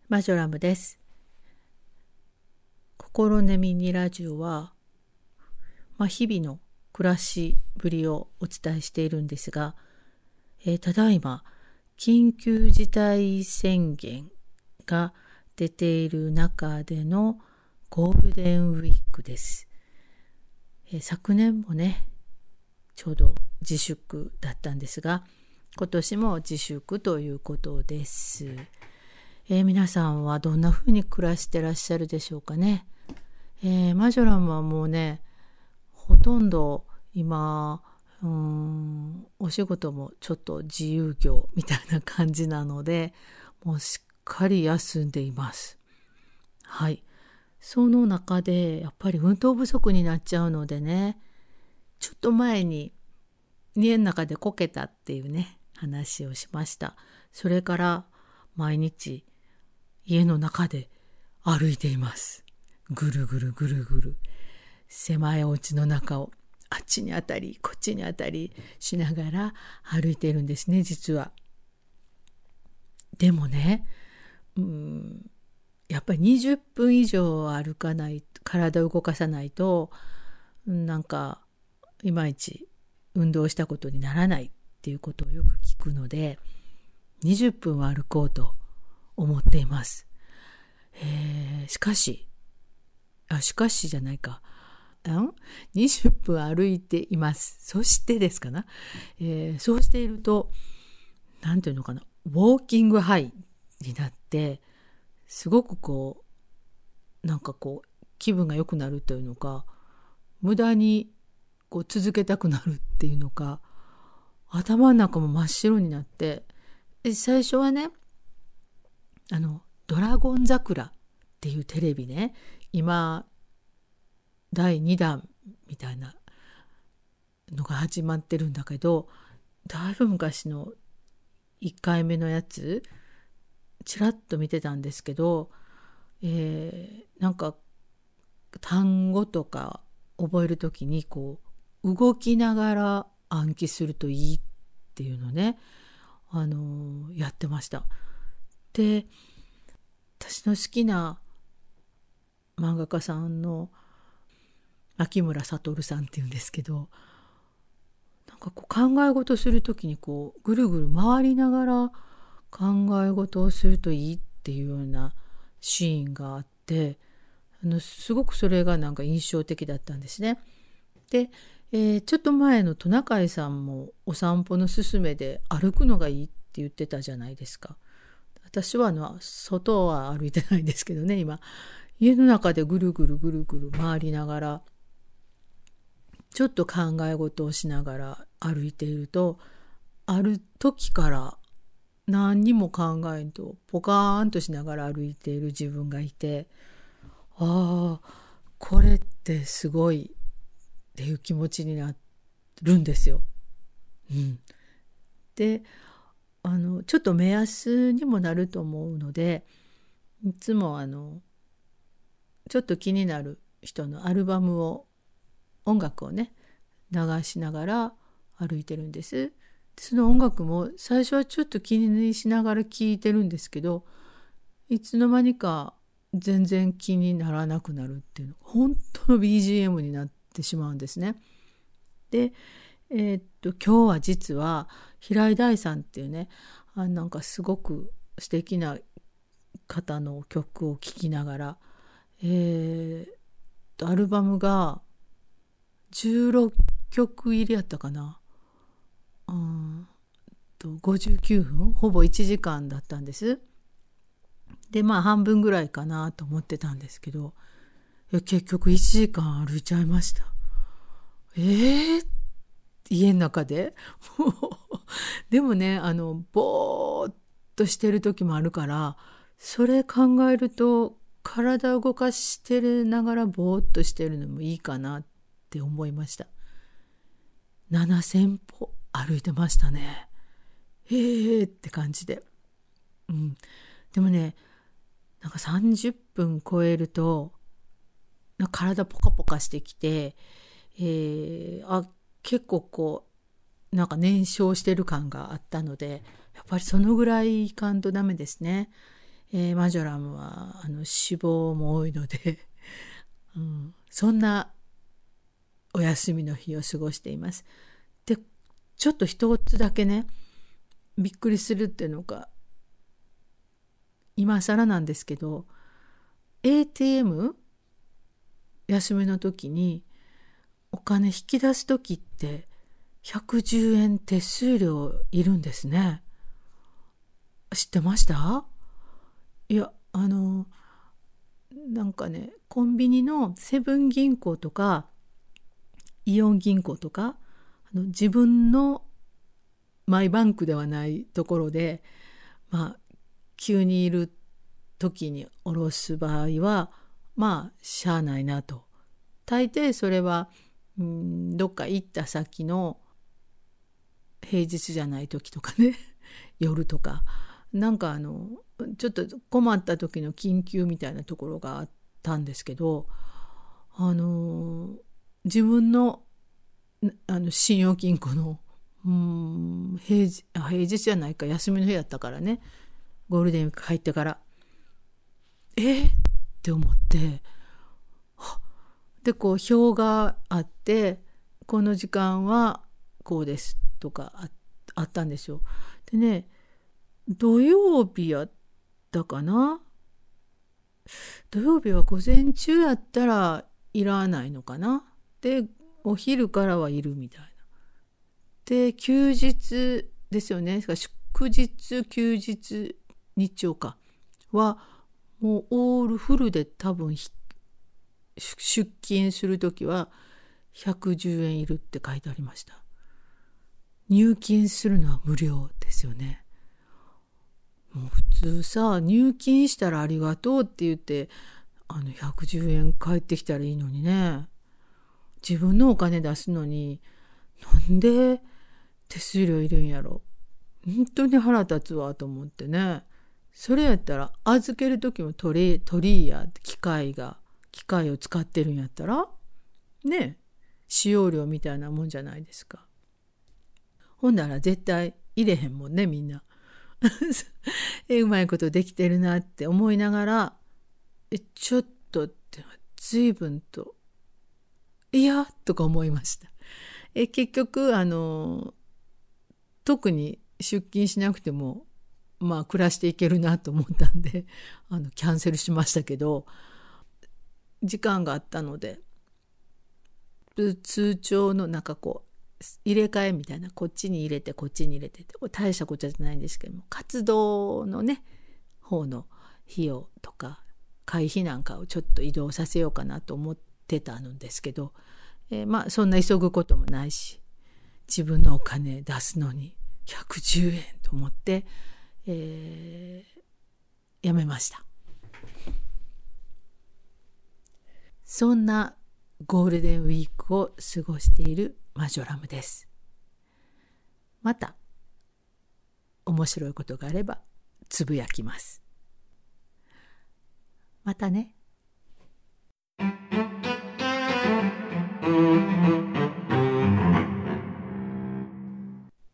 マジョラムです。心根ミニラジオは、日々の暮らしぶりをお伝えしているんですが、ただいま緊急事態宣言が出ている中でのゴールデンウィークです。昨年もね、ちょうど自粛だったんですが、今年も自粛ということです。皆さんはどんな風に暮らしてらっしゃるでしょうかね。マジョラムはもうね、ほとんど今お仕事もちょっと自由業みたいな感じなので、もうしっかり休んでいます。はい。その中でやっぱり運動不足になっちゃうのでね、ちょっと前に家の中でこけたっていうね話をしました。それから毎日家の中で歩いています。ぐるぐるぐるぐる狭いお家の中をあっちにあたりこっちにあたりしながら歩いているんですね、実は。でもね、やっぱり20分以上歩かない、体を動かさないとなんかいまいち運動したことにならないっていうことをよく聞くので、20分は歩こうと思っています。しかしじゃないか。20分歩いています。そしてですかな。そうしていると、なんていうのかな、ウォーキングハイになって、すごく気分が良くなるというのか、無駄に続けたくなるっていうのか、頭の中も真っ白になって、最初はね、ドラゴン桜っていうテレビね、今第2弾みたいなのが始まってるんだけど、だいぶ昔の1回目のやつちらっと見てたんですけど、なんか単語とか覚えるときに動きながら暗記するといいっていうのね、やってました。で、私の好きな漫画家さんの秋村悟さんっていうんですけど、なんか考え事するときにぐるぐる回りながら考え事をするといいっていうようなシーンがあって、すごくそれがなんか印象的だったんですね。で、ちょっと前のトナカイさんもお散歩のすすめで歩くのがいいって言ってたじゃないですか。私は外は歩いてないんですけどね、今家の中でぐるぐるぐるぐる回りながらちょっと考え事をしながら歩いていると、ある時から何にも考えんとポカーンとしながら歩いている自分がいて、これってすごいっていう気持ちになるんですよ。で、ちょっと目安にもなると思うので、いつもちょっと気になる人のアルバムを、音楽をね流しながら歩いてるんです。その音楽も最初はちょっと気にしながら聴いてるんですけど、いつの間にか全然気にならなくなるっていうの、本当の BGM になってしまうんですね。で、今日は実は平井大さんっていうね、なんかすごく素敵な方の曲を聴きながら、アルバムが16曲入りやったかな、59分、ほぼ1時間だったんです。で、半分ぐらいかなと思ってたんですけど、結局1時間歩いちゃいました。家の中ででもね、ぼーっとしてる時もあるから、それ考えると体を動かしてながらぼーっとしてるのもいいかなって思いました。7000歩歩いてましたね。って感じで、でもね、なんか30分超えるとなんか体ポカポカしてきて、結構なんか燃焼してる感があったので、やっぱりそのぐらいいかんとダメですね。 マジョラムは脂肪も多いので、そんなお休みの日を過ごしています。で、ちょっと一つだけね、びっくりするっていうのが今更なんですけど、 ATM 休みの時にお金引き出す時って110円手数料いるんですね。知ってました？いや、なんかね、コンビニのセブン銀行とかイオン銀行とか、自分のマイバンクではないところで、急にいる時に下ろす場合はしゃあないなと。大抵それはどっか行った先の平日じゃない時とかね夜とか、なんかちょっと困った時の緊急みたいなところがあったんですけど、自分の信用金庫の平日じゃないか、休みの日だったからね、ゴールデンウィーク入ってからって思って、でこう表があって、この時間はこうですとかあったんですよ。でね、土曜日やったかな、土曜日は午前中やったらいらないのかな、でお昼からはいるみたいな。で休日ですよね、祝日休日日曜かはもうオールフルで多分出勤するときは110円いるって書いてありました。入金するのは無料ですよね。もう普通さ、入金したらありがとうって言って110円返ってきたらいいのにね、自分のお金出すのになんで手数料いるんやろ、本当に腹立つわと思ってね。それやったら預ける時もトリーや機械を使ってるんやったらね、使用料みたいなもんじゃないですか。ほんなら絶対入れへんもんね、みんなうまいことできてるなって思いながら、ちょっとって随分といやとか思いました。結局特に出勤しなくても暮らしていけるなと思ったんでキャンセルしましたけど、時間があったので通帳の入れ替えみたいな、こっちに入れてこっちに入れてって、大したことじゃないんですけども、活動のね方の費用とか会費なんかをちょっと移動させようかなと思ってたんですけど、そんな急ぐこともないし、自分のお金出すのに110円と思って、やめました。そんなゴールデンウィークを過ごしているマジョラムです。また面白いことがあればつぶやきます。またね。